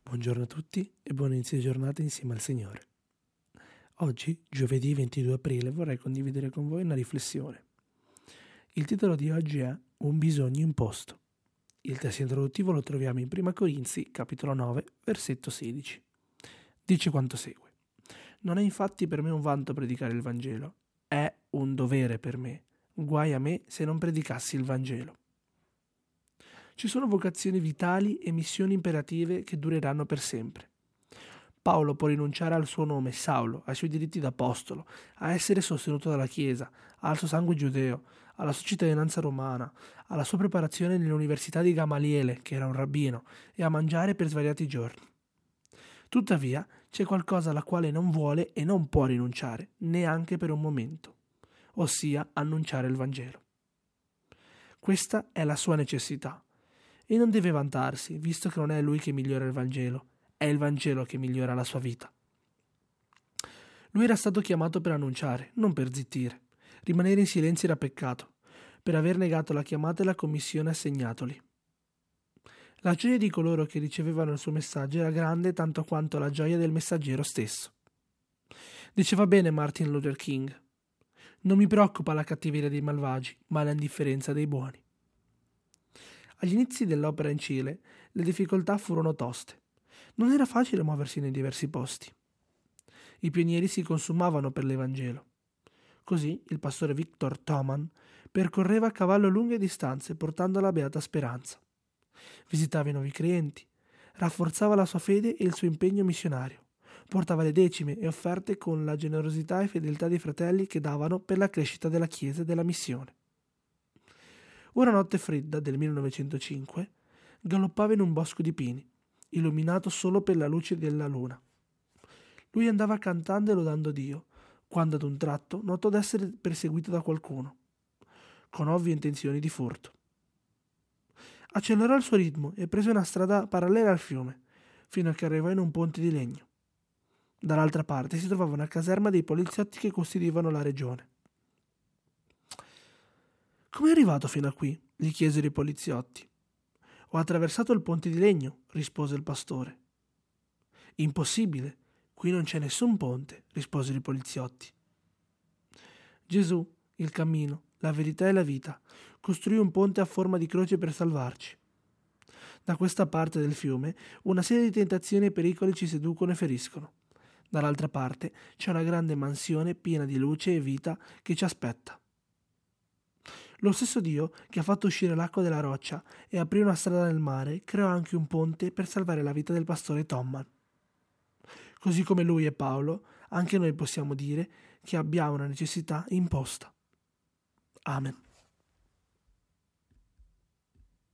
Buongiorno a tutti e buon inizio di giornata insieme al Signore. Oggi, giovedì 22 aprile, vorrei condividere con voi una riflessione. Il titolo di oggi è Un bisogno imposto. Il testo introduttivo lo troviamo in 1 Corinzi, capitolo 9, versetto 16. Dice quanto segue. Non è infatti per me un vanto predicare il Vangelo, è un dovere per me. Guai a me se non predicassi il Vangelo. Ci sono vocazioni vitali e missioni imperative che dureranno per sempre. Paolo può rinunciare al suo nome, Saulo, ai suoi diritti d'apostolo, a essere sostenuto dalla Chiesa, al suo sangue giudeo, alla sua cittadinanza romana, alla sua preparazione nell'università di Gamaliele, che era un rabbino, e a mangiare per svariati giorni. Tuttavia, c'è qualcosa alla quale non vuole e non può rinunciare, neanche per un momento, ossia annunciare il Vangelo. Questa è la sua necessità. E non deve vantarsi, visto che non è lui che migliora il Vangelo, è il Vangelo che migliora la sua vita. Lui era stato chiamato per annunciare, non per zittire. Rimanere in silenzio era peccato, per aver negato la chiamata e la commissione assegnatoli. La gioia di coloro che ricevevano il suo messaggio era grande tanto quanto la gioia del messaggero stesso. Diceva bene Martin Luther King: non mi preoccupa la cattiveria dei malvagi, ma l'indifferenza dei buoni. Agli inizi dell'opera in Cile, le difficoltà furono toste. Non era facile muoversi nei diversi posti. I pionieri si consumavano per l'Evangelo. Così il pastore Victor Thoman percorreva a cavallo lunghe distanze portando la beata speranza. Visitava i nuovi credenti, rafforzava la sua fede e il suo impegno missionario, portava le decime e offerte con la generosità e fedeltà dei fratelli che davano per la crescita della Chiesa e della missione. Una notte fredda del 1905 galoppava in un bosco di pini, illuminato solo per la luce della luna. Lui andava cantando e lodando Dio, quando ad un tratto notò d'essere perseguito da qualcuno, con ovvie intenzioni di furto. Accelerò il suo ritmo e prese una strada parallela al fiume, fino a che arrivò in un ponte di legno. Dall'altra parte si trovava una caserma dei poliziotti che custodivano la regione. «Come è arrivato fino a qui?» gli chiesero i poliziotti. «Ho attraversato il ponte di legno», rispose il pastore. «Impossibile, qui non c'è nessun ponte», risposero i poliziotti. Gesù, il cammino, la verità e la vita, costruì un ponte a forma di croce per salvarci. Da questa parte del fiume una serie di tentazioni e pericoli ci seducono e feriscono. Dall'altra parte c'è una grande mansione piena di luce e vita che ci aspetta. Lo stesso Dio che ha fatto uscire l'acqua dalla roccia e aprì una strada nel mare creò anche un ponte per salvare la vita del pastore Thoman. Così come lui e Paolo, anche noi possiamo dire che abbiamo una necessità imposta. Amen.